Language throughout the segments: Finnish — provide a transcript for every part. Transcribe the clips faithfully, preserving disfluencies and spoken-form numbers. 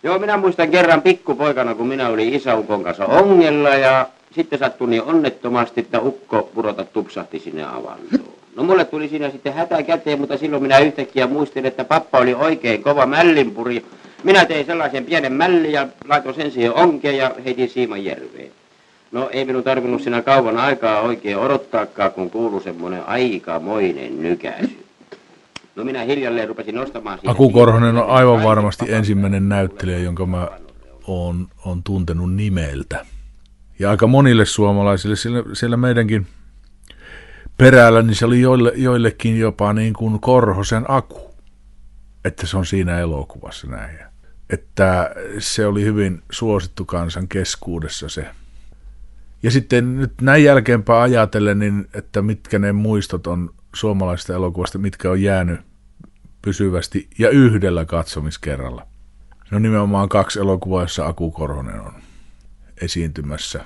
Joo, minä muistan kerran pikkupoikana, kun minä olin isäukon kanssa ongella ja sitten sattui niin onnettomasti, että ukko purota tupsahti sinne avantoon. No mulle tuli siinä sitten hätä käteen, mutta silloin minä yhtäkkiä muistin, että pappa oli oikein kova mällinpuri. Minä tein sellaisen pienen mällin ja laitoin sen siihen onkeen ja heitin siiman järveen. No ei minun tarvinnut siinä kauan aikaa oikein odottaakaan, kun kuului semmoinen aikamoinen nykäisy. No minä hiljalleen rupesin nostamaan siihen. Aku Korhonen on aivan varmasti ensimmäinen näyttelijä, jonka mä oon, oon tuntenut nimeltä. Ja aika monille suomalaisille, siellä, siellä meidänkin perällä, niin se oli joille, joillekin jopa niin kuin Korhosen Aku. Että se on siinä elokuvassa näin. Että se oli hyvin suosittu kansan keskuudessa se. Ja sitten nyt näin jälkeenpäin ajatellen, niin että mitkä ne muistot on suomalaisesta elokuvasta, mitkä on jäänyt pysyvästi ja yhdellä katsomiskerralla. Se on nimenomaan kaksi elokuvaa, jossa Aku Korhonen on esiintymässä.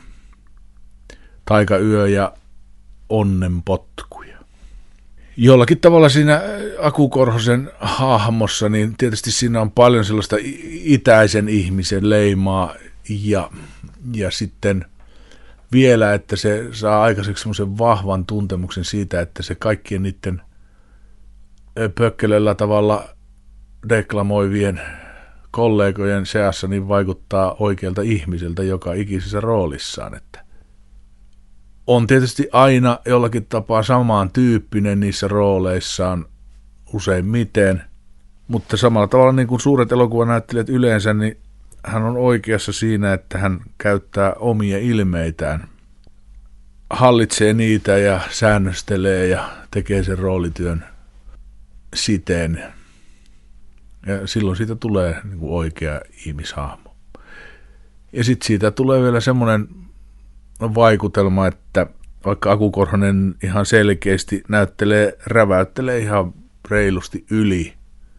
Taikayö ja Onnenpotkuja. Jollakin tavalla siinä Aku Korhosen hahmossa, niin tietysti siinä on paljon sellaista itäisen ihmisen leimaa ja, ja sitten vielä, että se saa aikaiseksi semmoisen vahvan tuntemuksen siitä, että se kaikkien niiden pökkelöllä tavalla deklamoivien kollegojen seassa niin vaikuttaa oikealta ihmiseltä joka ikisessä roolissaan. Että on tietysti aina jollakin tapaa samantyyppinen niissä rooleissaan useimmiten, mutta samalla tavalla niin kuin suuret elokuvanäyttelijät yleensä, niin hän on oikeassa siinä, että hän käyttää omia ilmeitään, hallitsee niitä ja säännöstelee ja tekee sen roolityön siten. Ja silloin siitä tulee niin kuin oikea ihmishahmo. Ja sitten siitä tulee vielä semmoinen vaikutelma, että vaikka Aku Korhonen ihan selkeästi näyttelee, räväyttelee ihan reilusti yli,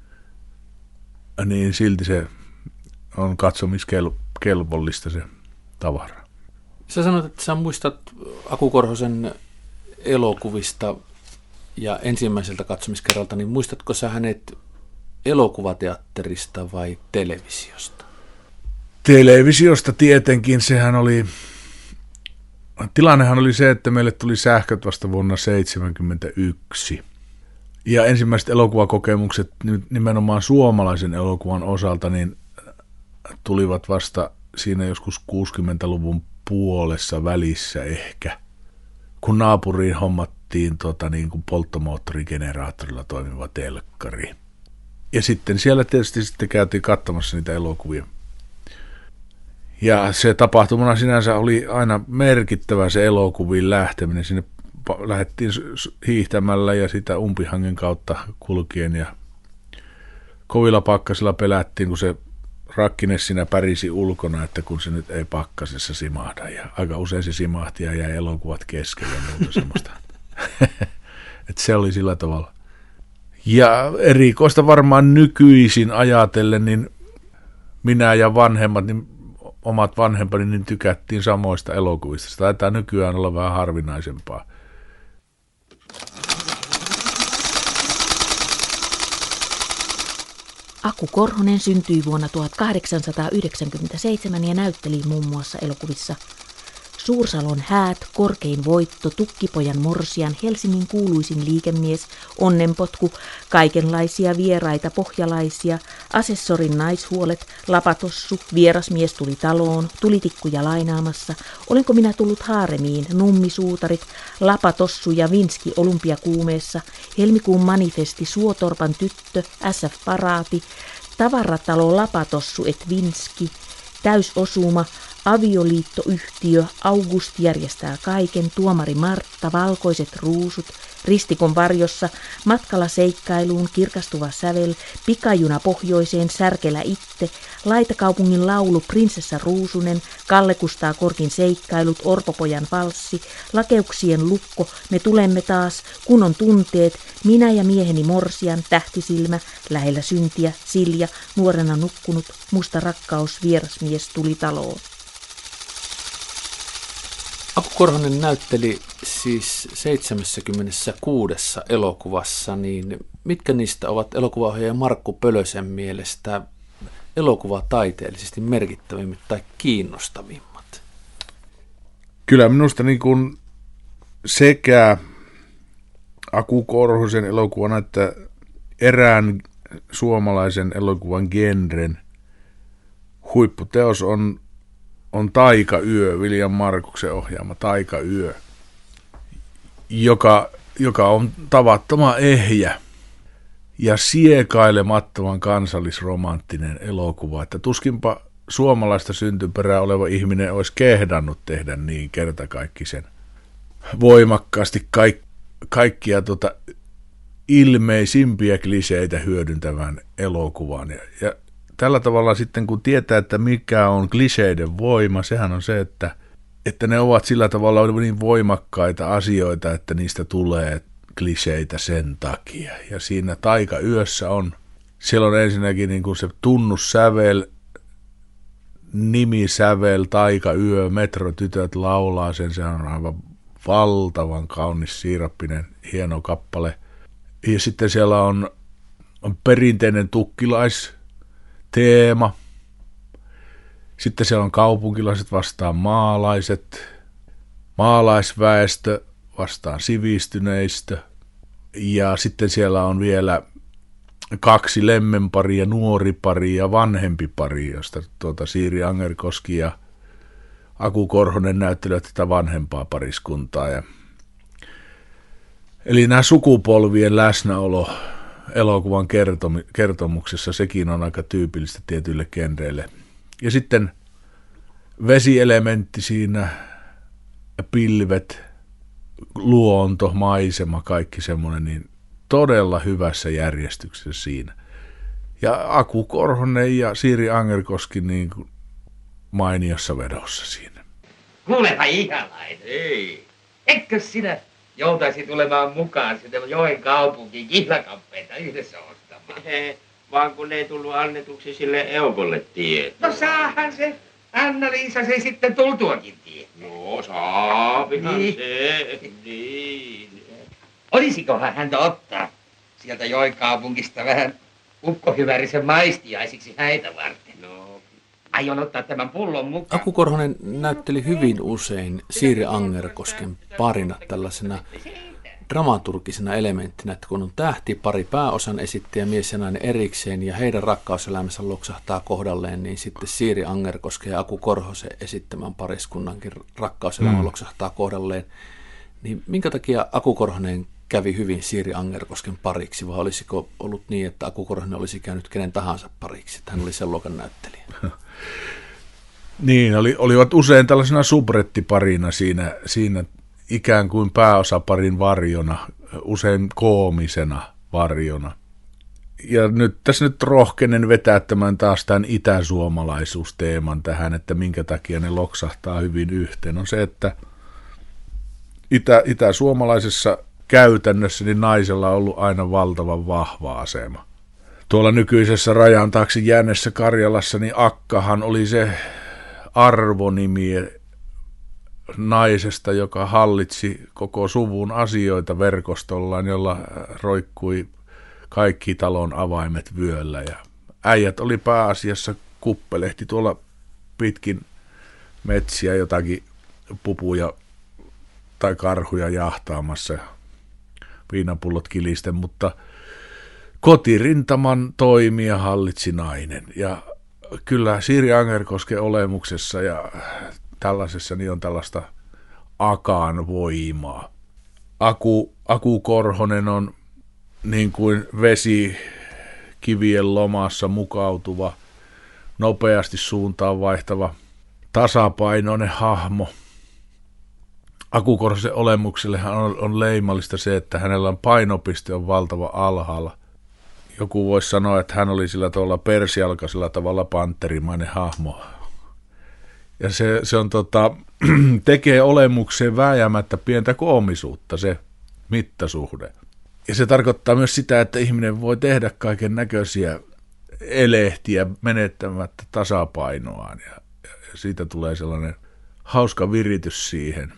niin silti se on katsomiskelpollista se tavara. Sä sanoit, että sä muistat Aku Korhosen elokuvista ja ensimmäiseltä katsomiskerralta, niin muistatko sä hänet elokuvateatterista vai televisiosta? Televisiosta tietenkin. Sehän oli, tilannehan oli se, että meille tuli sähköt vasta vuonna seitsemänkymmentäyksi. Ja ensimmäiset elokuvakokemukset nimenomaan suomalaisen elokuvan osalta niin tulivat vasta siinä joskus kuusikymmentäluvun puolessa välissä ehkä, kun naapuriin hommattiin tota, niin kuin polttomoottorigeneraattorilla toimiva telkkari. Ja sitten siellä tietysti sitten käytiin katsomassa niitä elokuvia. Ja se tapahtumana sinänsä oli aina merkittävä se elokuviin lähteminen. Sinne lähdettiin hiihtämällä ja sitä umpihangen kautta kulkien ja kovilla pakkasilla pelättiin, kun se rakkine siinä pärisi ulkona, että kun se nyt ei pakkasessa simahda. Ja aika usein se simahti ja jäi elokuvat kesken ja muuta semmoista. Että se oli sillä tavalla. Ja erikoista varmaan nykyisin ajatellen, niin minä ja vanhemmat, niin omat vanhempani, niin tykättiin samoista elokuvista. Se taitaa nykyään olla vähän harvinaisempaa. Aku Korhonen syntyi vuonna tuhatkahdeksansataayhdeksänkymmentäseitsemän ja näytteli muun muassa elokuvissa Suursalon häät, Korkein voitto, Tukkipojan morsian, Helsingin kuuluisin liikemies, Onnenpotku, Kaikenlaisia vieraita pohjalaisia, Asessorin naishuolet, Lapatossu, Vierasmies tuli taloon, Tulitikkuja lainaamassa, Olenko minä tullut haaremiin, Nummisuutarit, Lapatossu ja Vinski olympiakuumeessa, Helmikuun manifesti, Suotorpan tyttö, S F-paraati, Tavaratalo Lapatossu et Vinski, Täysosuma, Avioliittoyhtiö, August järjestää kaiken, Tuomari Martta, Valkoiset ruusut, Ristikon varjossa, Matkalla seikkailuun, Kirkastuva sävel, Pikajuna pohjoiseen, Särkelä itse, Laitakaupungin laulu, Prinsessa Ruusunen, Kalle Kustaa Korkin seikkailut, Orpopojan valssi, Lakeuksien lukko, Me tulemme taas, Kun on tunteet, Minä ja mieheni morsian, Tähtisilmä, Lähellä syntiä, Silja, Nuorena nukkunut, Musta rakkaus, Vierasmies tuli taloon. Aku Korhonen näytteli siis seitsemänkymmentäkuusi elokuvassa, niin mitkä niistä ovat elokuvaohjaaja Markku Pölösen mielestä elokuvataiteellisesti merkittävimmät tai kiinnostavimmat? Kyllä minusta niin kuin sekä Aku Korhosen elokuvana että erään suomalaisen elokuvan genren huipputeos on, on Taikayö, William Markuksen ohjaama Taikayö, joka, joka on tavattoman ehjä ja siekailemattoman kansallisromanttinen elokuva, että tuskinpa suomalaista syntyperää oleva ihminen olisi kehdannut tehdä niin kertakaikkisen voimakkaasti kaik, kaikkia tota ilmeisimpiä kliseitä hyödyntävän elokuvan. Ja, ja tällä tavalla sitten kun tietää, että mikä on kliseiden voima, sehän on se, että, että ne ovat sillä tavalla niin voimakkaita asioita, että niistä tulee kliseitä sen takia. Ja siinä Taikayössä on, siellä on ensinnäkin niin kuin se tunnussävel, nimisävel, Taikayö, metrotytöt laulaa sen, se on aivan valtavan kaunis, siirappinen, hieno kappale. Ja sitten siellä on, on perinteinen tukkilaisteema. Sitten siellä on kaupunkilaiset vastaan maalaiset, maalaisväestö vastaan sivistyneistö. Ja sitten siellä on vielä kaksi lemmenparia, nuori pari ja vanhempi pari, josta tuota Siiri Angerkoski ja Aku Korhonen näyttelevät tätä vanhempaa pariskuntaa. Ja eli nämä sukupolvien läsnäolo elokuvan kertomuksessa, sekin on aika tyypillistä tietyille genreille. Ja sitten vesielementti siinä, pilvet, luonto, maisema, kaikki semmoinen, niin todella hyvässä järjestyksessä siinä. Ja Aku Korhonen ja Siiri Angerkoski niin kuin mainiossa vedossa siinä. Kuulepa ihalainen. Ei. Eikö sinä joutaisi tulemaan mukaan sinne Joen kaupunkiin kihlakamppeita yhdessä ostamaan? He, vaan kun ei tullut annetuksi sille Eukolle tieto. No saahan se. Anna-Liisa se sitten tultuakin tietää. No saapihan Niin. se. Niin. Olisikohan häntä ottaa sieltä Joen kaupungista vähän ukkohyvärisen maistiaisiksi häitä varten? No. Aion ottaa tämän pullon mukaan. Aku Korhonen näytteli hyvin usein Siiri Angerkosken parina tällaisena dramaturgisena elementtinä, että kun on tähtipari, pääosan esittäjä, mies ja nainen erikseen, ja heidän rakkauselämänsä loksahtaa kohdalleen, niin sitten Siiri Angerkosken ja Aku Korhosen esittämän pariskunnankin rakkauselämä mm. loksahtaa kohdalleen. Niin minkä takia Aku Korhonen kävi hyvin Siiri Angerkosken pariksi, vai olisiko ollut niin, että Aku Korhonen olisi käynyt kenen tahansa pariksi, että hän oli sen luokan näyttelijä? Niin, oli, olivat usein tällaisena subrettiparina siinä, siinä ikään kuin pääosaparin varjona, usein koomisena varjona. Ja nyt tässä nyt rohkenen vetää tämän taas tämän itäsuomalaisuusteeman tähän, että minkä takia ne loksahtaa hyvin yhteen. On se, että itä, itäsuomalaisessa käytännössä niin naisella on ollut aina valtavan vahva asema. Tuolla nykyisessä rajan taakse jääneessä Karjalassa, niin Akkahan oli se arvonimi naisesta, joka hallitsi koko suvun asioita verkostollaan, jolla roikkui kaikki talon avaimet vyöllä. Ja äijät oli pääasiassa kuppelehti tuolla pitkin metsiä jotakin pupuja tai karhuja jahtaamassa, viinapullot kilisten, mutta kotirintaman toimia hallitsi nainen. Ja kyllä Siiri Angerkosken olemuksessa ja tällaisessa niin on tällaista akaan voimaa. Aku, Aku Korhonen on niin kuin vesi kivien lomassa mukautuva, nopeasti suuntaan vaihtava, tasapainoinen hahmo. Aku Korhosen olemuksellehan on, on leimallista se, että hänellä on painopiste on valtava alhaalla. Joku voisi sanoa, että hän oli sillä tavalla persialkaisella tavalla panterimainen hahmo. Ja se, se on tota, tekee olemukseen vääjäämättä pientä koomisuutta, se mittasuhde. Ja se tarkoittaa myös sitä, että ihminen voi tehdä kaiken näköisiä elehtiä menettämättä tasapainoaan. Ja, ja siitä tulee sellainen hauska viritys siihen.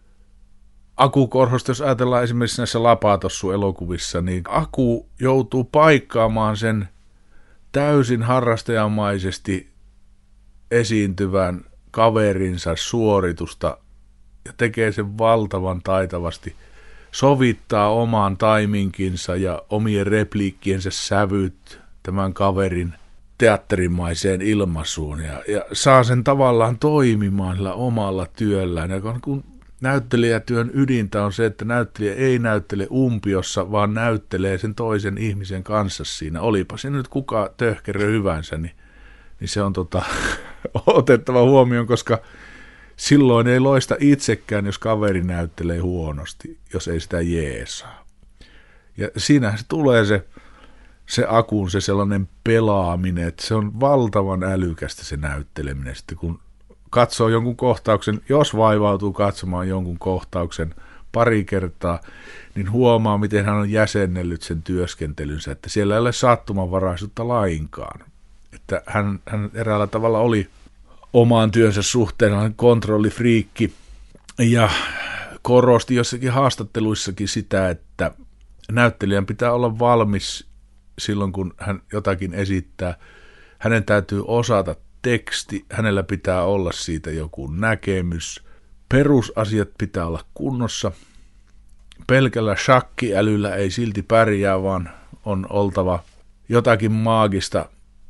Aku Korhosta, jos ajatellaan esimerkiksi näissä Lapatossu-elokuvissa, niin Aku joutuu paikkaamaan sen täysin harrastajamaisesti esiintyvän kaverinsa suoritusta ja tekee sen valtavan taitavasti, sovittaa oman taiminkinsa ja omien repliikkiensä sävyt tämän kaverin teatterimaiseen ilmaisuun ja, ja saa sen tavallaan toimimaan sillä omalla työllään. Ja kun näyttelijätyön ydintä on se, että näyttelijä ei näyttele umpiossa, vaan näyttelee sen toisen ihmisen kanssa siinä. Olipa siinä nyt kuka töhkerö hyvänsä, niin, niin se on tota, otettava huomioon, koska silloin ei loista itsekään, jos kaveri näyttelee huonosti, jos ei sitä jeesaa. Ja siinähän se tulee se, se Akun, se sellainen pelaaminen, että se on valtavan älykästä se näytteleminen. Sitten kun katsoo jonkun kohtauksen, jos vaivautuu katsomaan jonkun kohtauksen pari kertaa, niin huomaa, miten hän on jäsennellyt sen työskentelynsä, että siellä ei ole sattumanvaraisuutta lainkaan. Että hän, hän eräällä tavalla oli omaan työnsä suhteen kontrollifriikki ja korosti jossakin haastatteluissakin sitä, että näyttelijän pitää olla valmis silloin, kun hän jotakin esittää. Hänen täytyy osata teksti, hänellä pitää olla siitä joku näkemys, perusasiat pitää olla kunnossa. Pelkällä shakkiälyllä ei silti pärjää, vaan on oltava jotakin maagista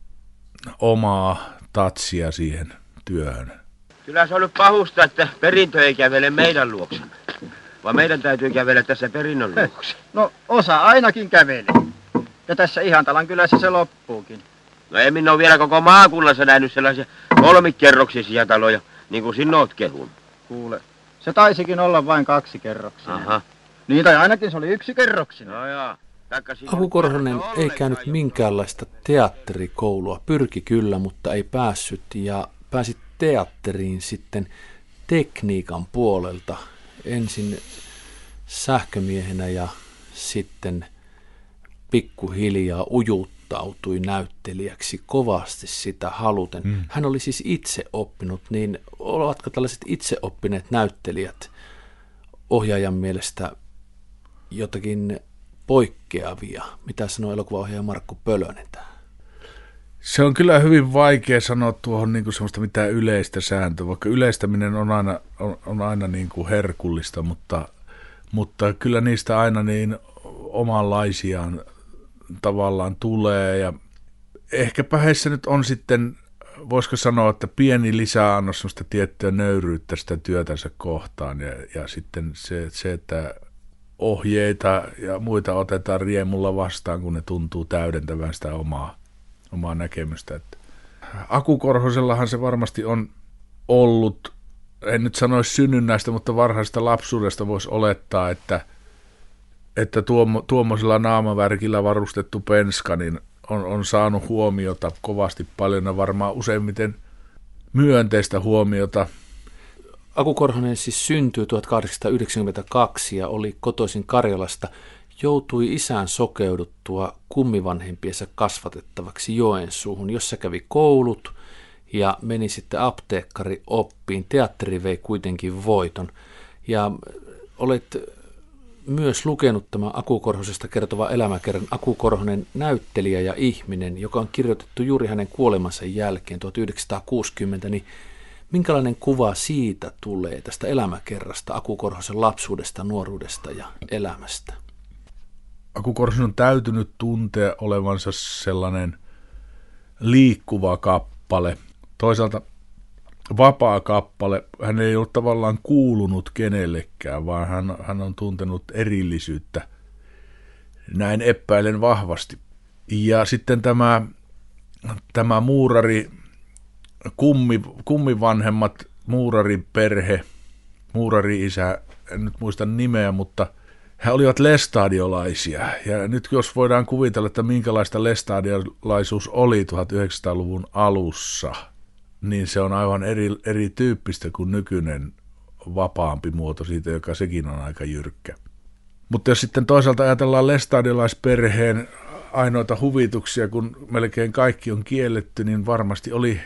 omaa tatsia siihen työhön. Kyllä se on nyt pahusta, että perintö ei kävele meidän luoksamme. Vaan meidän täytyy kävellä tässä perinnön luokse. No osa ainakin kävelee. Ja tässä Ihantalan kylässä se loppuukin. No en minä ole vielä koko maakunnassa nähnyt sellaisia kolmikerroksisia taloja, niin kuin sinä oot kehun. Kuule, se taisikin olla vain kaksi kerroksia. Aha. Niin tai ainakin se oli yksi kerroksinen. No joo. Aku Korhonen ei käynyt minkäänlaista teatterikoulua, pyrki kyllä, mutta ei päässyt ja pääsi teatteriin sitten tekniikan puolelta. Ensin sähkömiehenä ja sitten pikkuhiljaa ujuttautui näyttelijäksi kovasti sitä haluten. Mm. Hän oli siis itse oppinut, niin ovatko tällaiset itse oppineet näyttelijät ohjaajan mielestä jotakin poikkeavia? Mitä sanoo elokuvaohjaaja Markku Pölönen tähän? Se on kyllä hyvin vaikea sanoa tuohon niin kuin semmoista mitään yleistä sääntöä, vaikka yleistäminen on aina, on, on aina niin kuin herkullista, mutta, mutta kyllä niistä aina niin omanlaisiaan tavallaan tulee. Ja ehkäpä heissä nyt on sitten, voisiko sanoa, että pieni lisäannos semmoista tiettyä nöyryyttä sitä työtänsä kohtaan ja, ja sitten se, se, että ohjeita ja muita otetaan riemulla vastaan, kun ne tuntuu täydentävän sitä omaa, omaa näkemystä. Että Aku Korhosellahan se varmasti on ollut, en nyt sanoisi synnynnäistä, mutta varhaisesta lapsuudesta voisi olettaa, että, että tuomo, tuommoisella naamavärkillä varustettu penska niin on, on saanut huomiota kovasti paljon ja varmaan useimmiten myönteistä huomiota. Aku Korhonen siis syntyi tuhatkahdeksansataayhdeksänkymmentäkaksi ja oli kotoisin Karjalasta. Joutui isän sokeuduttua kummivanhempiensa kasvatettavaksi Joensuuhun, jossa kävi koulut ja meni sitten apteekkari oppiin. Teatteri vei kuitenkin voiton. Ja olet myös lukenut tämän Aku Korhosesta kertova elämäkerran Aku Korhonen näyttelijä ja ihminen, joka on kirjoitettu juuri hänen kuolemansa jälkeen tuhatyhdeksänsataakuusikymmentä, niin minkälainen kuva siitä tulee tästä elämäkerrasta, Aku Korhosen lapsuudesta, nuoruudesta ja elämästä? Aku Korhosen on täytynyt tuntea olevansa sellainen liikkuva kappale, toisaalta vapaa kappale. Hän ei ole tavallaan kuulunut kenellekään, vaan hän, hän on tuntenut erillisyyttä, näin epäilen vahvasti. Ja sitten tämä, tämä muurari, kummi, kummivanhemmat, muurarin perhe, muurari-isä, en nyt muista nimeä, mutta he olivat lestadiolaisia. Ja nyt jos voidaan kuvitella, että minkälaista lestadiolaisuus oli tuhatyhdeksänsataaluvun alussa, niin se on aivan eri, erityyppistä kuin nykyinen vapaampi muoto siitä, joka sekin on aika jyrkkä. Mutta jos sitten toisaalta ajatellaan lestadiolaisperheen ainoita huvituksia, kun melkein kaikki on kielletty, niin varmasti oli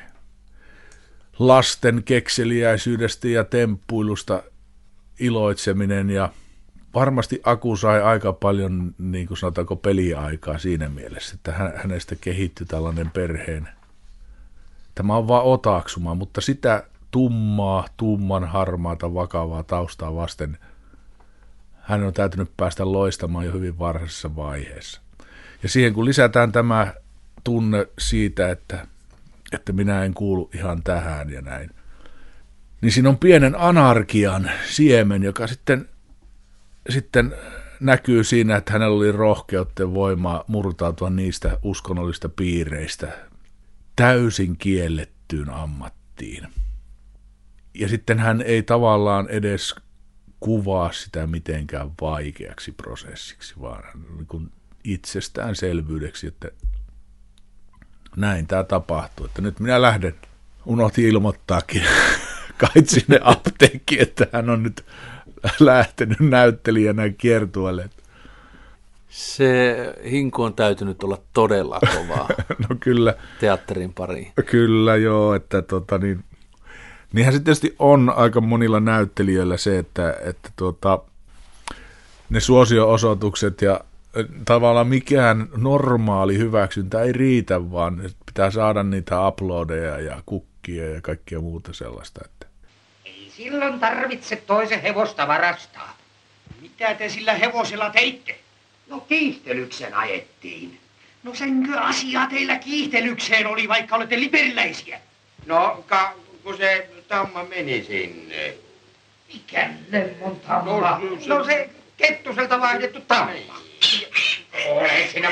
lasten kekseliäisyydestä ja temppuilusta iloitseminen ja varmasti Aku sai aika paljon, niin kuin sanotaanko, peliaikaa siinä mielessä, että hänestä kehittyi tällainen perheen. Tämä on vaan otaksuma, mutta sitä tummaa, tumman harmaata, vakavaa taustaa vasten hän on täytynyt päästä loistamaan jo hyvin varhaisessa vaiheessa. Ja siihen kun lisätään tämä tunne siitä, että, että minä en kuulu ihan tähän ja näin, niin siinä on pienen anarkian siemen, joka sitten, sitten näkyy siinä, että hänellä oli rohkeutta ja voimaa murtautua niistä uskonnollisista piireistä täysin kiellettyyn ammattiin. Ja sitten hän ei tavallaan edes kuvaa sitä mitenkään vaikeaksi prosessiksi, vaan niin kuin itsestäänselvyydeksi, että näin tämä tapahtuu, että nyt minä lähden. Unohtin ilmoittaakin kai sinne apteekkiin, että hän on nyt lähtenyt näyttelijänä kiertueelle. Se hinku on täytynyt olla todella kovaa. No kyllä. Teatterin pariin. Kyllä joo, että tota niin, niinhän se tietysti on aika monilla näyttelijöillä se, että, että tuota, ne suosio-osoitukset ja tavallaan mikään normaali hyväksyntä ei riitä, vaan pitää saada niitä uploadeja ja kukkia ja kaikkea muuta sellaista. Että. Ei silloin tarvitse toisen hevosta varastaa. Mitä te sillä hevosella teitte? No kiihtelyksen ajettiin. No senkö asia teillä kiihtelykseen oli, vaikka olette liperiläisiä? No, ka, kun se tamma meni sinne. Mikä lemmon tamma? No, No, no se Kettuselta vaihdettu tamma. Ole sinä...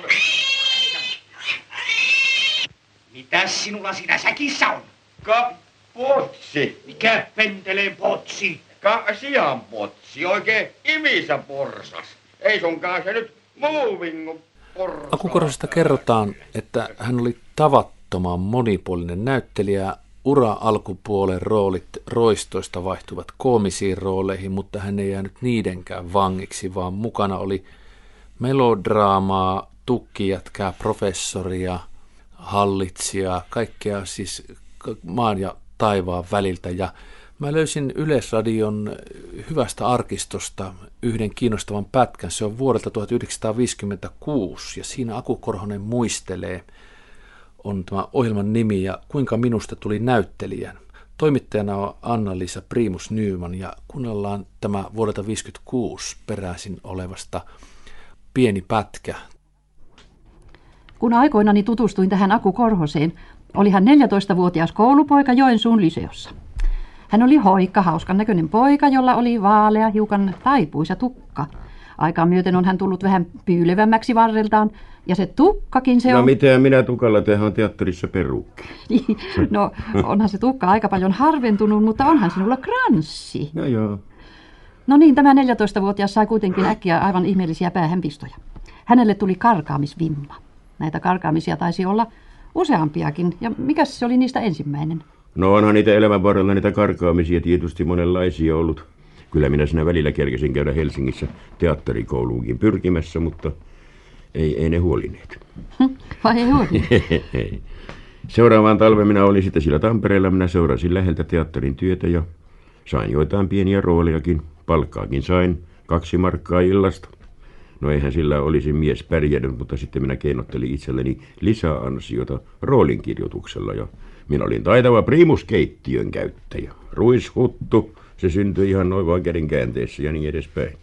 Mitäs sinulla siinä säkissä on? Ka, potsi. Mikä penteleen potsi? Ka, sian potsi, oikein imisä porsas. Ei sunkaan se nyt muuvin porsas. Aku Korhosesta kerrotaan, että hän oli tavattoman monipuolinen näyttelijä. Ura-alkupuolen roolit roistoista vaihtuvat koomisiin rooleihin, mutta hän ei jäänyt niidenkään vangiksi, vaan mukana oli melodraamaa, tukkijätkää, professoria, hallitsijaa, kaikkea siis maan ja taivaan väliltä. Ja mä löysin Yleisradion hyvästä arkistosta yhden kiinnostavan pätkän. Se on vuodelta tuhatyhdeksänsataaviisikymmentäkuusi ja siinä Aku Korhonen muistelee, on tämä ohjelman nimi ja kuinka minusta tuli näyttelijän. Toimittajana on Anna-Liisa Primus Nyman ja kuunnellaan tämä vuodelta viisikymmentäkuusi peräisin olevasta pieni pätkä. Kun aikoinani tutustuin tähän Aku Korhoseen, oli hän neljätoistavuotias koulupoika Joensuun lyseossa. Hän oli hoikka, hauskan näköinen poika, jolla oli vaalea, hiukan taipuisa tukka. Aikaa myöten on hän tullut vähän pyylevämmäksi varreltaan, ja se tukkakin se on... No mitä minä tukalla tehdään teatterissa perukki? No onhan se tukka aika paljon harventunut, mutta onhan sinulla kranssi. No joo. No niin, tämä neljätoistavuotias sai kuitenkin äkkiä aivan ihmeellisiä päähänpistoja. Hänelle tuli karkaamisvimma. Näitä karkaamisia taisi olla useampiakin, ja mikäs se oli niistä ensimmäinen? No onhan niitä elämän varrella niitä karkaamisia tietysti monenlaisia ollut. Kyllä minä siinä välillä kerkesin käydä Helsingissä teatterikouluunkin pyrkimässä, mutta ei, ei ne huolineet. Vai ei huolineet? Seuraavan talven minä olin sitten sillä Tampereella. Minä seurasin läheltä teatterin työtä ja sain joitain pieniä rooliakin. Palkkaakin sain kaksi markkaa illasta. No eihän sillä olisi mies pärjännyt, mutta sitten minä keinottelin itselleni lisäansiota roolinkirjoituksella. Ja minä olin taitava primuskeittiön käyttäjä. Ruishuttu, se syntyi ihan noin vaan käden käänteessä ja niin edespäin.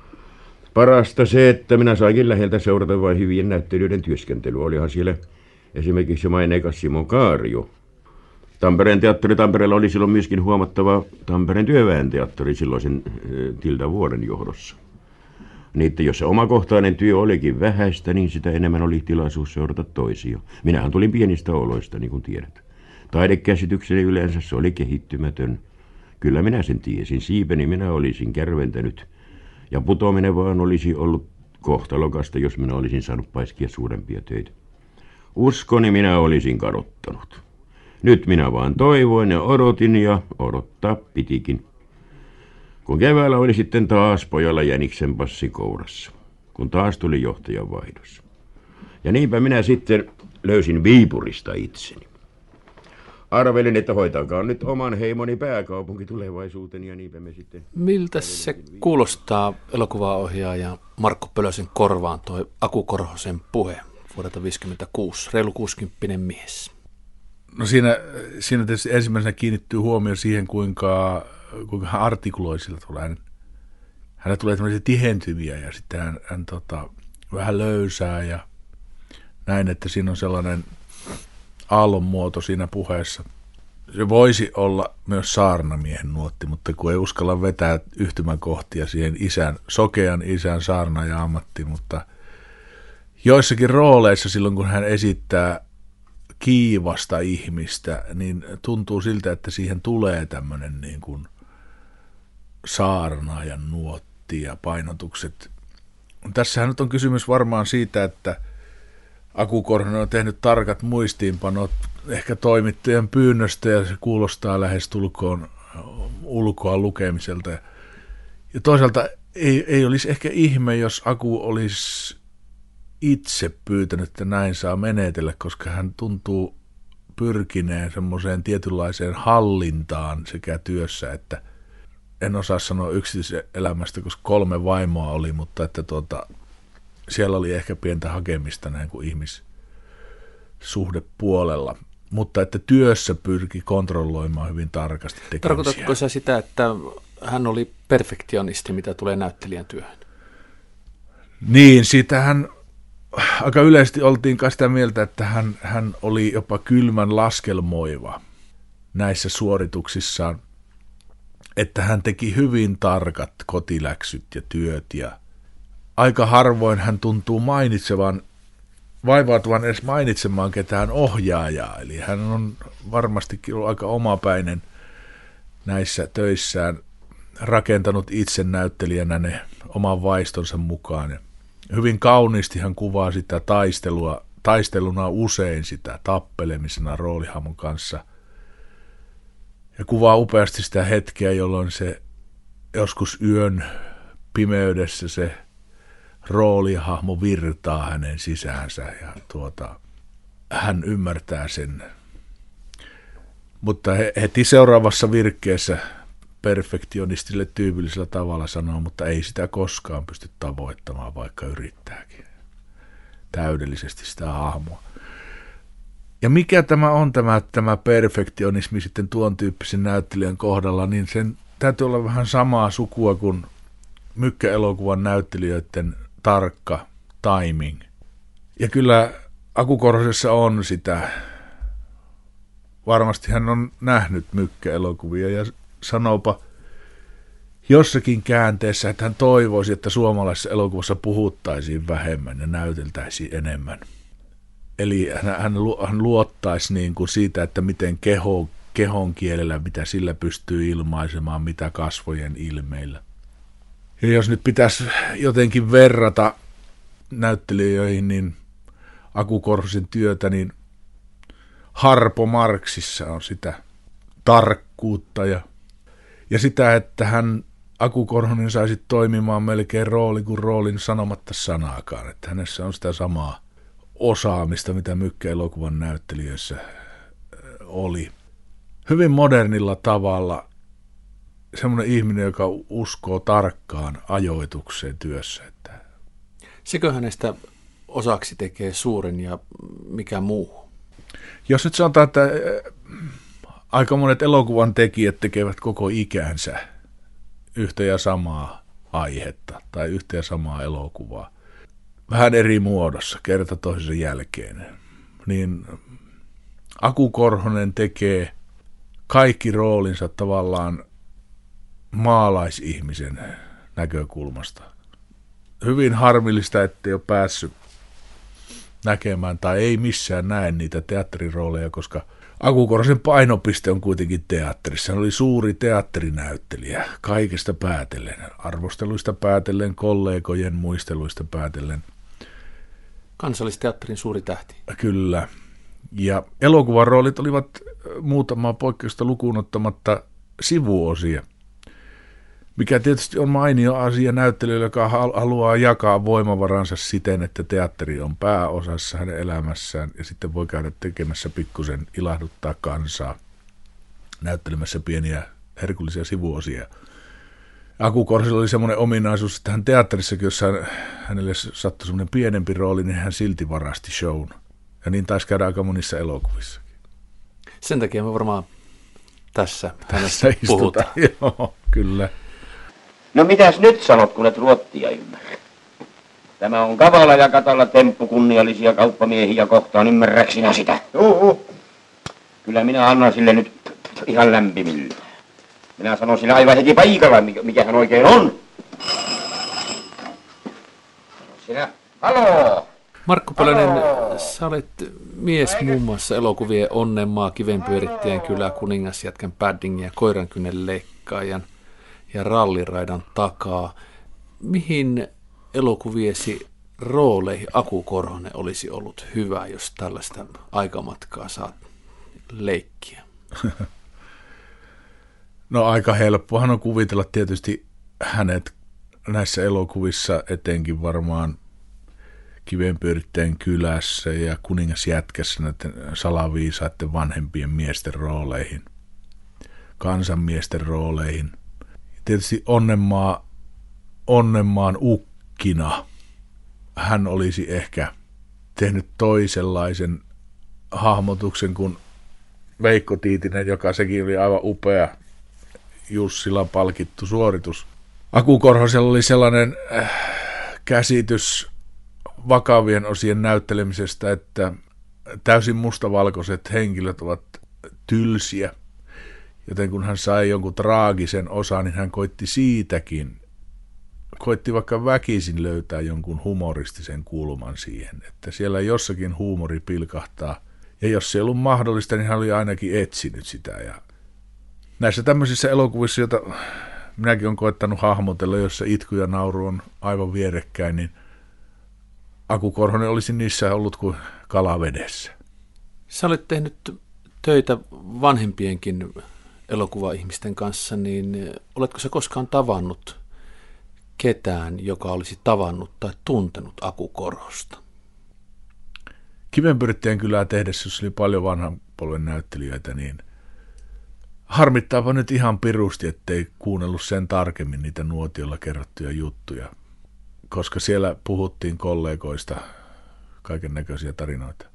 Parasta se, että minä sainkin läheltä seurata vain hyvien näyttelijöiden työskentelyä. Olihan siellä esimerkiksi maineikas Simo Kaario. Tampereen teatteri Tampereella oli silloin myöskin huomattava Tampereen työväen teatteri silloisen Tilda Vuoren johdossa. Niin, että jos se omakohtainen työ olikin vähäistä, niin sitä enemmän oli tilaisuus seurata toisia. Minähän tulin pienistä oloista, niin kuin tiedät. Taidekäsitykseni yleensä se oli kehittymätön. Kyllä minä sen tiesin. Siipeni minä olisin kärventänyt. Ja putoaminen vaan olisi ollut kohtalokasta, jos minä olisin saanut paiskia suurempia töitä. Uskoni minä olisin kadottanut. Nyt minä vaan toivoin ja odotin ja odottaa pitikin. Kun keväällä oli sitten taas pojalla jäniksen passi kourassa, kun taas tuli johtajan vaihdos. Ja niinpä minä sitten löysin Viipurista itseni. arvelin, että hoitakaa nyt oman heimoni pääkaupunki tulevaisuuteen ja niinpä me sitten... Miltä se kuulostaa elokuvaohjaaja Markku Pölösen korvaan toi Aku Korhosen puhe vuodelta viisikymmentäkuusi, reilu kuusikymppinen mies? No siinä, siinä tietysti ensimmäisenä kiinnittyy huomio siihen, kuinka, kuinka hän artikuloi sillä tavalla. Hän, hänellä tulee tämmöisiä tihentymiä ja sitten hän, hän tota, vähän löysää ja näin, että siinä on sellainen aallonmuoto siinä puheessa. Se voisi olla myös saarnamiehen nuotti, mutta kun ei uskalla vetää yhtymäkohtia siihen isän, sokean isän saarnaaja-ammattiin, mutta joissakin rooleissa silloin, kun hän esittää kiivasta ihmistä, niin tuntuu siltä, että siihen tulee tämmöinen niin kuin saarnaajan nuotti ja painotukset. Tässähän nyt on kysymys varmaan siitä, että Aku Korhonen on tehnyt tarkat muistiinpanot ehkä toimittajan pyynnöstä ja se kuulostaa lähes tulkoon ulkoa lukemiselta. Ja toisaalta ei, ei olisi ehkä ihme, jos Aku olisi itse pyytänyt, että näin saa menetellä, koska hän tuntuu pyrkineen semmoiseen tietynlaiseen hallintaan sekä työssä, että en osaa sanoa yksityiselämästä, koska kolme vaimoa oli, mutta että tuota, siellä oli ehkä pientä hakemista näin kuin ihmissuhdepuolella, mutta että työssä pyrki kontrolloimaan hyvin tarkasti tekemisiä. Tarkoitatko sä sitä, että hän oli perfektionisti, mitä tulee näyttelijän työhön? Niin, siitähän aika yleisesti oltiin sitä mieltä, että hän, hän oli jopa kylmän laskelmoiva näissä suorituksissaan, että hän teki hyvin tarkat kotiläksyt ja työt ja aika harvoin hän tuntuu mainitsevan, vaivautuvan edes mainitsemaan ketään ohjaajaa, eli hän on varmastikin ollut aika omapäinen näissä töissään, rakentanut itse näyttelijänä ne oman vaistonsa mukaan ja hyvin kauniisti hän kuvaa sitä taistelua, taisteluna usein sitä tappelemisena roolihahmon kanssa. Ja kuvaa upeasti sitä hetkeä, jolloin se joskus yön pimeydessä se roolihahmo virtaa hänen sisäänsä ja tuota, hän ymmärtää sen. Mutta heti seuraavassa virkkeessä perfektionistille tyypillisellä tavalla sanoo, mutta ei sitä koskaan pysty tavoittamaan, vaikka yrittääkin täydellisesti sitä hahmoa. Ja mikä tämä on tämä, tämä perfektionismi sitten tuon tyyppisen näyttelijän kohdalla, niin sen täytyy olla vähän samaa sukua kuin mykkäelokuvan näyttelijöiden tarkka timing. Ja kyllä Aku Korhosessa on sitä. Varmasti hän on nähnyt mykkäelokuvia ja sanoopa jossakin käänteessä, että hän toivoisi, että suomalaisessa elokuvassa puhuttaisiin vähemmän ja näyteltäisiin enemmän. Eli hän, hän luottaisi niin kuin siitä, että miten keho, kehon kielellä, mitä sillä pystyy ilmaisemaan, mitä kasvojen ilmeillä. Ja jos nyt pitäisi jotenkin verrata näyttelijöihin, niin Aku Korhosen työtä, niin Harpo Marxissa on sitä tarkkuutta ja, ja sitä, että hän Aku Korhonen saisi toimimaan melkein rooli kuin roolin sanomatta sanaakaan. Että hänessä on sitä samaa osaamista, mitä mykkäelokuvan näyttelijöissä oli. Hyvin modernilla tavalla semmoinen ihminen, joka uskoo tarkkaan ajoitukseen työssä. Että sekö hänestä osaksi tekee suuren ja mikä muu? Jos nyt sanotaan, että aika monet elokuvan tekijät tekevät koko ikänsä yhtä ja samaa aihetta tai yhtä ja samaa elokuvaa, vähän eri muodossa, kerta toisensa jälkeen, niin Aku Korhonen tekee kaikki roolinsa tavallaan maalaisihmisen näkökulmasta. Hyvin harmillista, ettei ole päässyt näkemään tai ei missään näe niitä teatterirooleja, koska Aku Korhosen painopiste on kuitenkin teatterissa. Hän oli suuri teatterinäyttelijä kaikesta päätellen, arvosteluista päätellen, kollegojen muisteluista päätellen. Kansallisteatterin suuri tähti. Kyllä. Ja elokuvan roolit olivat muutamaa poikkeusta lukuun ottamatta sivuosia, mikä tietysti on mainio asia näyttelijälle, joka haluaa jakaa voimavaransa siten, että teatteri on pääosassa hänen elämässään ja sitten voi käydä tekemässä pikkusen ilahduttaa kansaa. näyttelemässä pieniä herkullisia sivuosia. Aku Korhosella oli semmoinen ominaisuus, että hän teatterissakin, jossa hänelle sattui semmoinen pienempi rooli, niin hän silti varasti shown. Ja niin taisi käydä aika monissa elokuvissakin. Sen takia me varmaan tässä, tässä puhutaan. Joo, kyllä. No mitäs nyt sanot, kun et ruottia ymmärrä? Tämä on kavala ja katala temppu kunniallisia kauppamiehiä kohtaan, ymmärrätkö sinä sitä? Uhu. Kyllä minä annan sille nyt ihan lämpimillä. Minä sanon sille aivan heti paikalla, mikä hän oikein on. Sinä, haloo! Markku Pölönen, sä olet mies muun muassa elokuvien Onnenmaa, Kivenpyörittäjän kylä, Kuningasjätkän Paddingin ja Koirankynnen leikkaajan ja Ralliraidan takaa. Mihin elokuviesi rooleihin Aku Korhonen olisi ollut hyvä, jos tällaista aikamatkaa saat leikkiä? No aika helppohan on kuvitella tietysti hänet näissä elokuvissa, etenkin varmaan Kivenpyörittäjän kylässä ja Kuningasjätkässä näiden salaviisaiden vanhempien miesten rooleihin, kansanmiesten rooleihin. Tietysti Onnenmaa, Onnenmaan ukkina hän olisi ehkä tehnyt toisenlaisen hahmotuksen kuin Veikko Tiitinen, joka sekin oli aivan upea Jussilan palkittu suoritus. Aku Korhosella oli sellainen äh, käsitys vakavien osien näyttelemisestä, että täysin mustavalkoiset henkilöt ovat tylsiä, joten kun hän sai jonkun traagisen osan, niin hän koitti siitäkin, koitti vaikka väkisin löytää jonkun humoristisen kulman siihen, että siellä jossakin huumori pilkahtaa, ja jos se ei ollut mahdollista, niin hän oli ainakin etsinyt sitä. Ja näissä tämmöisissä elokuvissa, joita minäkin olen koettanut hahmotella, jossa itku ja nauru on aivan vierekkäin, niin Aku Korhonen olisi niissä ollut kuin kalavedessä. Sä olet tehnyt töitä vanhempienkin elokuva-ihmisten kanssa, niin oletko sä koskaan tavannut ketään, joka olisi tavannut tai tuntenut Aku Korhosta? Kivenpyörittäjän kylää tehdessä, jos oli paljon vanhan polven näyttelijöitä, niin harmittaapa nyt ihan pirusti, ettei kuunnellut sen tarkemmin niitä nuotiolla kerrottuja juttuja, koska siellä puhuttiin kollegoista kaiken näköisiä tarinoita.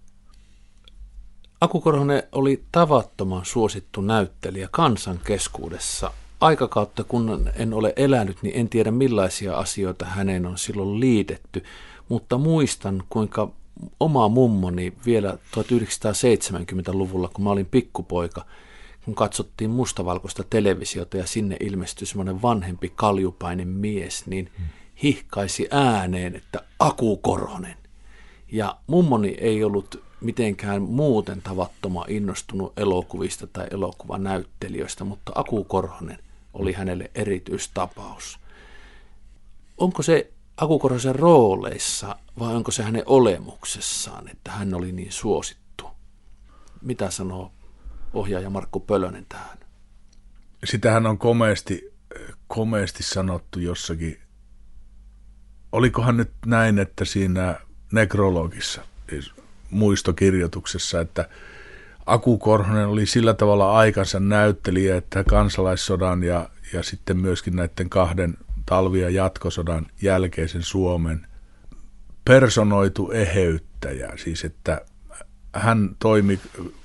Aku Korhonen oli tavattoman suosittu näyttelijä kansan keskuudessa. Aikakautta kun en ole elänyt, niin en tiedä millaisia asioita hänen on silloin liitetty, mutta muistan kuinka oma mummoni vielä tuhatyhdeksänsataaseitsemänkymmentäluvulla, kun mä olin pikkupoika, kun katsottiin mustavalkoista televisiota ja sinne ilmestyi semmoinen vanhempi kaljupainen mies, niin hihkaisi ääneen, että Aku Korhonen. Ja mummoni ei ollut mitenkään muuten tavattoman innostunut elokuvista tai elokuvanäyttelijöistä, mutta Aku Korhonen oli hänelle erityistapaus. Onko se Aku Korhosen rooleissa vai onko se hänen olemuksessaan, että hän oli niin suosittu? Mitä sanoo ohjaaja Markku Pölönen tähän? Sitähän on komeasti, komeasti sanottu jossakin. Olikohan nyt näin, että siinä nekrologissa, muistokirjoituksessa, että Aku Korhonen oli sillä tavalla aikansa näyttelijä, että kansalaissodan ja, ja sitten myöskin näiden kahden talvi- ja jatkosodan jälkeisen Suomen personoitu eheyttäjä, siis että hän toimi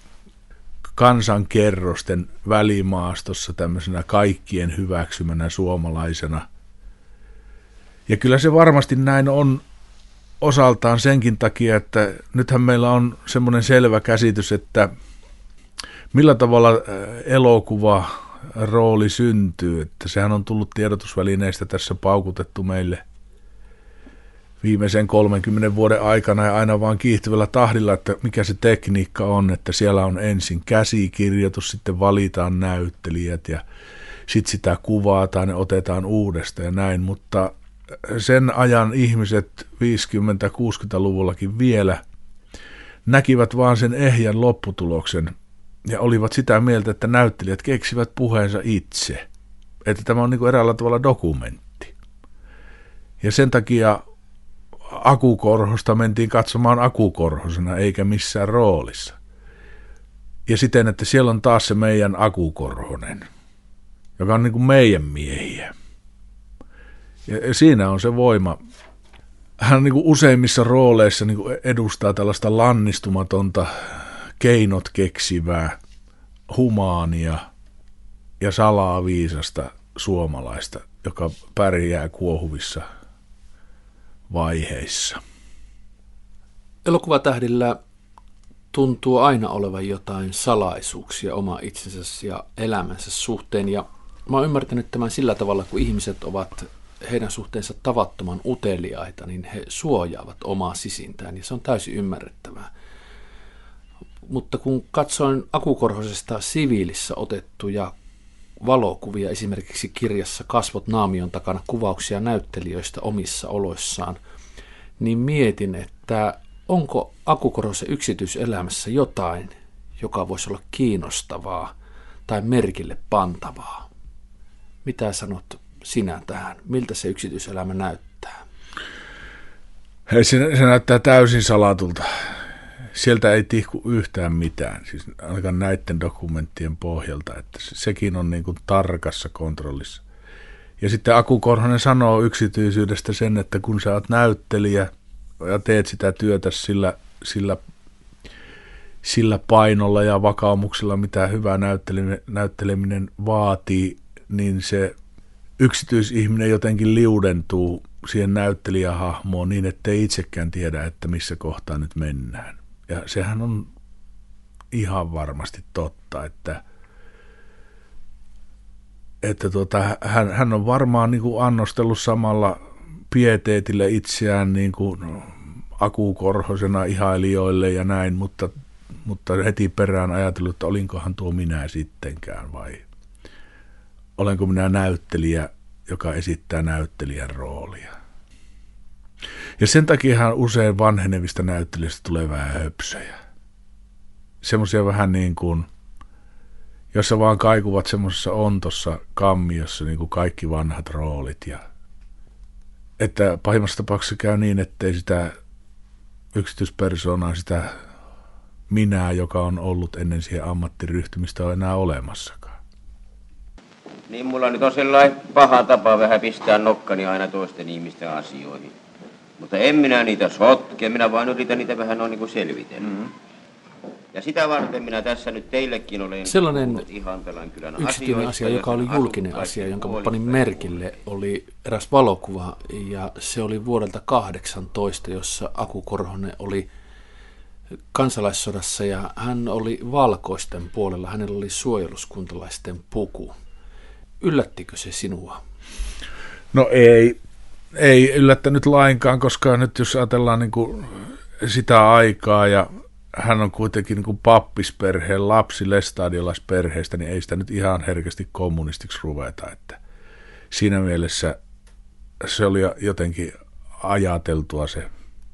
kansankerrosten välimaastossa tämmöisenä kaikkien hyväksymänä suomalaisena. Ja kyllä se varmasti näin on osaltaan senkin takia, että nythän meillä on semmoinen selvä käsitys, että millä tavalla elokuva rooli syntyy, että sehän on tullut tiedotusvälineistä tässä paukutettu meille viimeisen kolmenkymmenen vuoden aikana ja aina vaan kiihtyvällä tahdilla, että mikä se tekniikka on, että siellä on ensin käsikirjoitus, sitten valitaan näyttelijät ja sitten sitä kuvataan ja otetaan uudestaan ja näin, mutta sen ajan ihmiset viisikymmentä-kuusikymmentäluvullakin vielä näkivät vaan sen ehjän lopputuloksen ja olivat sitä mieltä, että näyttelijät keksivät puheensa itse, että tämä on niin kuin eräällä tavalla dokumentti. Ja sen takia Aku Korhosta mentiin katsomaan Aku Korhosena eikä missään roolissa. Ja siten, että siellä on taas se meidän Aku Korhonen, joka on niin kuin meidän miehiä. Ja siinä on se voima. Hän niin kuin useimmissa rooleissa niin kuin edustaa tällaista lannistumatonta, keinot keksivää, humaania ja salaa viisasta suomalaista, joka pärjää kuohuvissa vaiheissa. Elokuvatähdillä tuntuu aina olevan jotain salaisuuksia oma itsensä ja elämänsä suhteen. Ja mä oon ymmärtänyt tämän sillä tavalla, kun ihmiset ovat heidän suhteensa tavattoman uteliaita, niin he suojaavat omaa sisintään, ja se on täysin ymmärrettävää. Mutta kun katsoin Aku Korhosesta siviilissä otettuja valokuvia, esimerkiksi kirjassa Kasvot naamion takana kuvauksia näyttelijöistä omissa oloissaan, niin mietin, että onko Aku Korhosen yksityiselämässä jotain, joka voisi olla kiinnostavaa tai merkille pantavaa. Mitä sanot sinä tähän? Miltä se yksityiselämä näyttää? Hei, se, se näyttää täysin salatulta. Sieltä ei tihku yhtään mitään, siis ainakaan näiden dokumenttien pohjalta, että sekin on niin kuin tarkassa kontrollissa. Ja sitten Aku Korhonen sanoo yksityisyydestä sen, että kun sä oot näyttelijä ja teet sitä työtä sillä, sillä, sillä painolla ja vakaumuksella, mitä hyvä näytteleminen, näytteleminen vaatii, niin se yksityisihminen jotenkin liudentuu siihen näyttelijähahmoon niin, ettei itsekään tiedä, että missä kohtaa nyt mennään. Ja sehän on ihan varmasti totta, että, että tuota, hän, hän on varmaan niin kuin annostellut samalla pieteetillä itseään niin kuin Aku Korhosena ihailijoille ja näin, mutta, mutta heti perään ajatellut, että olinkohan tuo minä sittenkään vai olenko minä näyttelijä, joka esittää näyttelijän roolia. Ja sen takiahan usein vanhenevista näyttelijöistä tulee vähän höpsöjä. Semmoisia vähän niin kuin, jossa vaan kaikuvat semmoisessa ontossa kammiossa niin kuin kaikki vanhat roolit. Ja, että pahimmassa tapauksessa käy niin, ettei sitä yksityispersoonaa, sitä minää, joka on ollut ennen siihen ammattiryhtymistä, ole enää olemassakaan. Niin mulla nyt on sellainen paha tapa vähän pistää nokkani aina toisten ihmisten asioihin. Mutta en minä niitä sotke, minä vaan yritän niitä vähän noin niin kuin selvitellä. Mm-hmm. Ja sitä varten minä tässä nyt teillekin olen sellainen yksityinen asia, joka oli julkinen asia, jonka panin merkille, oli eräs valokuva, ja se oli vuodelta kahdeksantoista, jossa Aku Korhonen oli kansalaissodassa, ja hän oli valkoisten puolella, hänellä oli suojeluskuntalaisten puku. Yllättikö se sinua? No ei, ei yllättänyt lainkaan, koska nyt jos ajatellaan niin kuin sitä aikaa ja hän on kuitenkin niin kuin pappisperheen lapsi lestadiolaisperheestä, niin ei sitä nyt ihan herkästi kommunistiksi ruveta. Että siinä mielessä se oli jotenkin ajateltua se,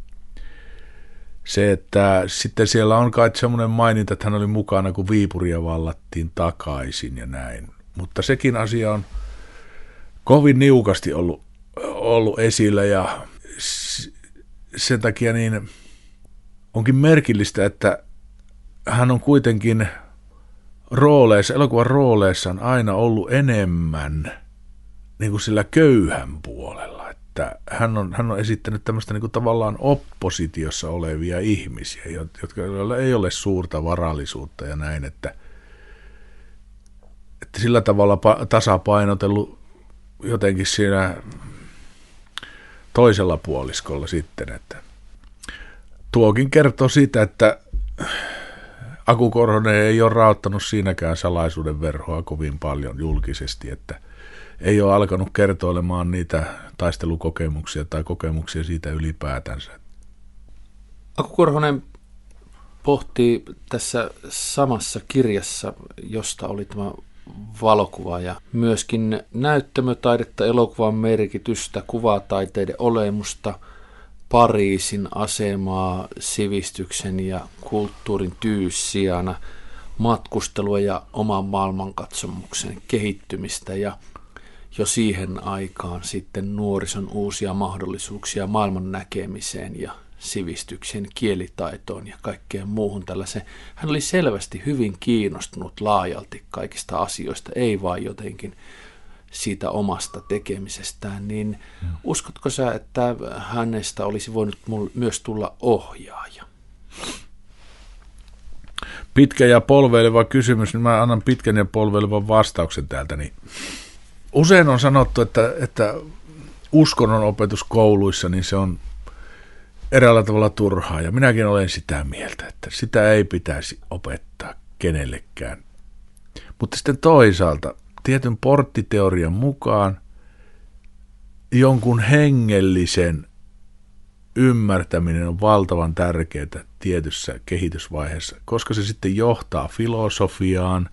se, että sitten siellä on kai semmoinen maininta, että hän oli mukana, kun Viipuria vallattiin takaisin ja näin. Mutta sekin asia on kovin niukasti ollut, ollut esillä ja sen takia niin onkin merkillistä, että hän on kuitenkin rooleissa, elokuvan rooleissa on aina ollut enemmän niin kuin sillä köyhän puolella. Että hän on, hän on esittänyt tämmöistä niin kuin tavallaan oppositiossa olevia ihmisiä, jotka ei ole suurta varallisuutta ja näin, että että sillä tavalla tasapainotellut jotenkin siinä toisella puoliskolla sitten, että tuokin kertoo siitä, että Aku Korhonen ei ole raottanut siinäkään salaisuuden verhoa kovin paljon julkisesti, että ei ole alkanut kertoilemaan niitä taistelukokemuksia tai kokemuksia siitä ylipäätänsä. Aku Korhonen pohtii tässä samassa kirjassa, josta oli tämä valokuva ja myöskin näyttämötaidetta, elokuvan merkitystä, kuvataiteiden olemusta, Pariisin asemaa sivistyksen ja kulttuurin tyyssijana, matkustelua ja oman maailmankatsomuksen kehittymistä ja jo siihen aikaan sitten nuorison uusia mahdollisuuksia maailman näkemiseen ja sivistykseen, kielitaitoon ja kaikkeen muuhun tällaiseen. Hän oli selvästi hyvin kiinnostunut laajalti kaikista asioista, ei vain jotenkin siitä omasta tekemisestään. Niin hmm. uskotko sä, että hänestä olisi voinut myös tulla ohjaaja? Pitkä ja polveileva kysymys, niin mä annan pitkän ja polveilevan vastauksen täältä. Niin usein on sanottu, että, että uskonnon opetus kouluissa, niin se on eräällä tavalla turhaa, ja minäkin olen sitä mieltä, että sitä ei pitäisi opettaa kenellekään. Mutta sitten toisaalta tietyn porttiteorian mukaan jonkun hengellisen ymmärtäminen on valtavan tärkeää tietyssä kehitysvaiheessa, koska se sitten johtaa filosofiaan,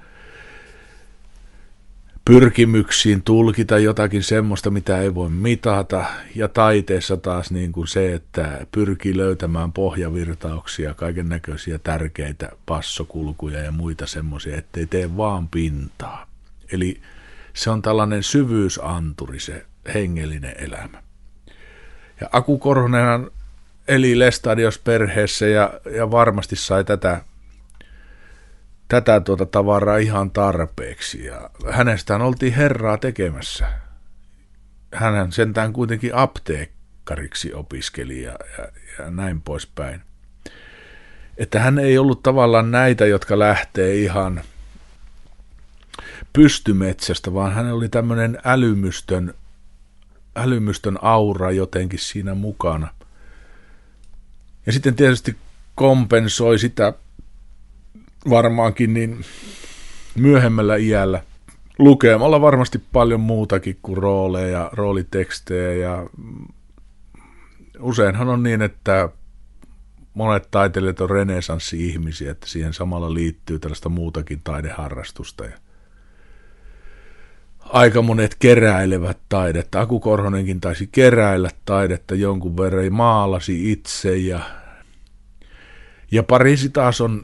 pyrkimyksiin tulkita jotakin semmoista, mitä ei voi mitata, ja taiteessa taas niin kuin se, että pyrkii löytämään pohjavirtauksia, kaiken näköisiä tärkeitä passokulkuja ja muita semmoisia, ettei tee vaan pintaa. Eli se on tällainen syvyysanturi, se hengellinen elämä. Ja Aku Korhonenhan eli Lestadios-perheessä ja, ja varmasti sai tätä tätä tuota tavaraa ihan tarpeeksi, ja hänestään oltiin herraa tekemässä. Hänhän sentään kuitenkin apteekkariksi opiskeli ja, ja, ja näin poispäin. Että hän ei ollut tavallaan näitä, jotka lähtee ihan pystymetsästä, vaan hän oli tämmöinen älymystön, älymystön aura jotenkin siinä mukana. Ja sitten tietysti kompensoi sitä varmaankin niin myöhemmällä iällä lukemalla varmasti paljon muutakin kuin rooleja ja roolitekstejä, ja useinhan on niin, että monet taiteilijat on renesanssi-ihmisiä, että siihen samalla liittyy tällaista muutakin taideharrastusta, ja aika monet keräilevät taidetta. Aku Korhonenkin taisi keräillä taidetta jonkun verran, maalasi itse, ja, ja Pariisi taas on,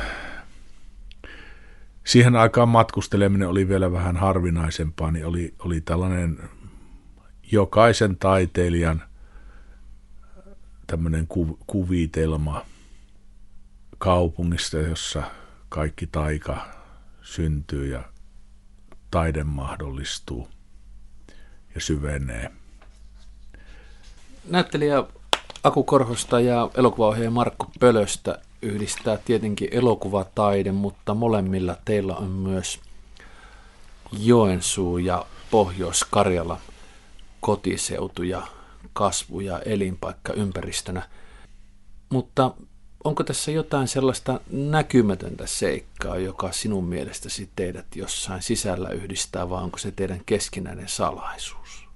siihen aikaan matkusteleminen oli vielä vähän harvinaisempaa, niin oli, oli tällainen jokaisen taiteilijan tämmöinen ku, kuvitelma kaupungista, jossa kaikki taika syntyy ja taide mahdollistuu ja syvenee. Näyttelijä Aku Korhosta ja elokuvaohjaaja Markku Pölöstä yhdistää tietenkin elokuvataide, mutta molemmilla teillä on myös Joensuu ja Pohjois-Karjala kotiseutu ja kasvu- ja elinpaikka ympäristönä. Mutta onko tässä jotain sellaista näkymätöntä seikkaa, joka sinun mielestäsi teidät jossain sisällä yhdistää, vai onko se teidän keskinäinen salaisuus?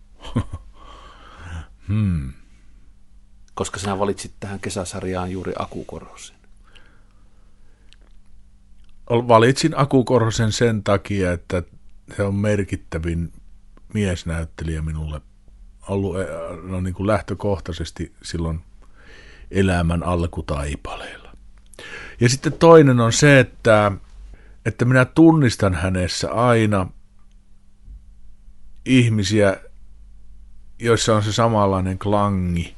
hmm. Koska sinä valitsit tähän kesäsarjaan juuri Aku Korhosen. Valitsin Aku Korhosen sen takia, että se on merkittävin miesnäyttelijä minulle ollut no niin kuin lähtökohtaisesti silloin elämän alkutaipaleilla. Ja sitten toinen on se, että, että minä tunnistan hänessä aina ihmisiä, joissa on se samanlainen klangi,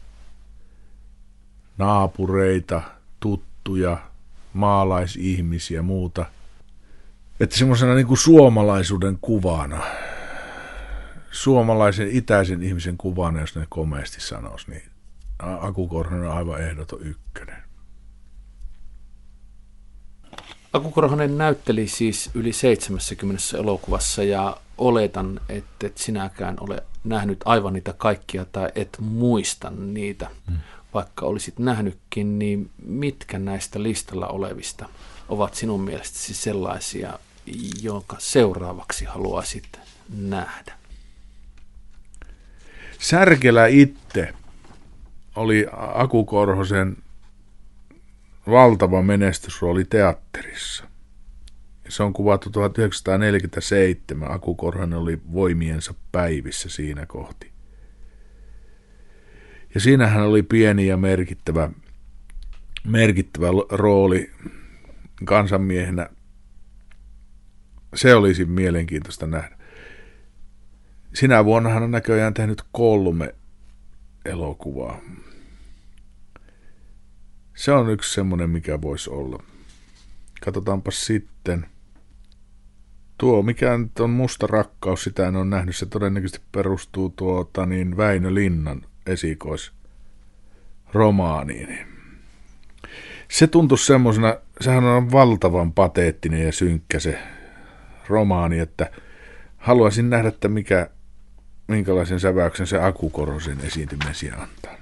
naapureita, tuttuja, maalaisihmisiä ja muuta. Että semmoisena niin kuin suomalaisuuden kuvana, suomalaisen itäisen ihmisen kuvana, jos ne komeasti sanoisi, niin Aku Korhonen on aivan ehdoton ykkönen. Aku Korhonen näytteli siis yli seitsemänkymmentä elokuvassa, ja oletan, että et sinäkään ole nähnyt aivan niitä kaikkia tai et muista niitä. Hmm. Vaikka olisit nähnytkin, niin mitkä näistä listalla olevista ovat sinun mielestäsi sellaisia, jonka seuraavaksi haluaisit nähdä? Särkelä itse oli Aku Korhosen valtava menestysrooli teatterissa. Se on kuvattu tuhatyhdeksänsataaneljäkymmentäseitsemän. Aku Korhonen oli voimiensa päivissä siinä kohti. Ja siinähän oli pieni ja merkittävä, merkittävä rooli kansanmiehenä. Se olisi mielenkiintoista nähdä. Sinä vuonna hän on näköjään tehnyt kolme elokuvaa. Se on yksi semmoinen, mikä voisi olla. Katsotaanpa sitten. Tuo, mikä nyt on Musta rakkaus, sitä en ole nähnyt. Se todennäköisesti perustuu tuota, niin Väinö Linnan esikoisromaaniin. Se tuntui semmoisena, sehän on valtavan pateettinen ja synkkä se romaani, että haluaisin nähdä, että mikä, minkälaisen säväyksen se Aku Korhosen esiintyminen siihen antaa.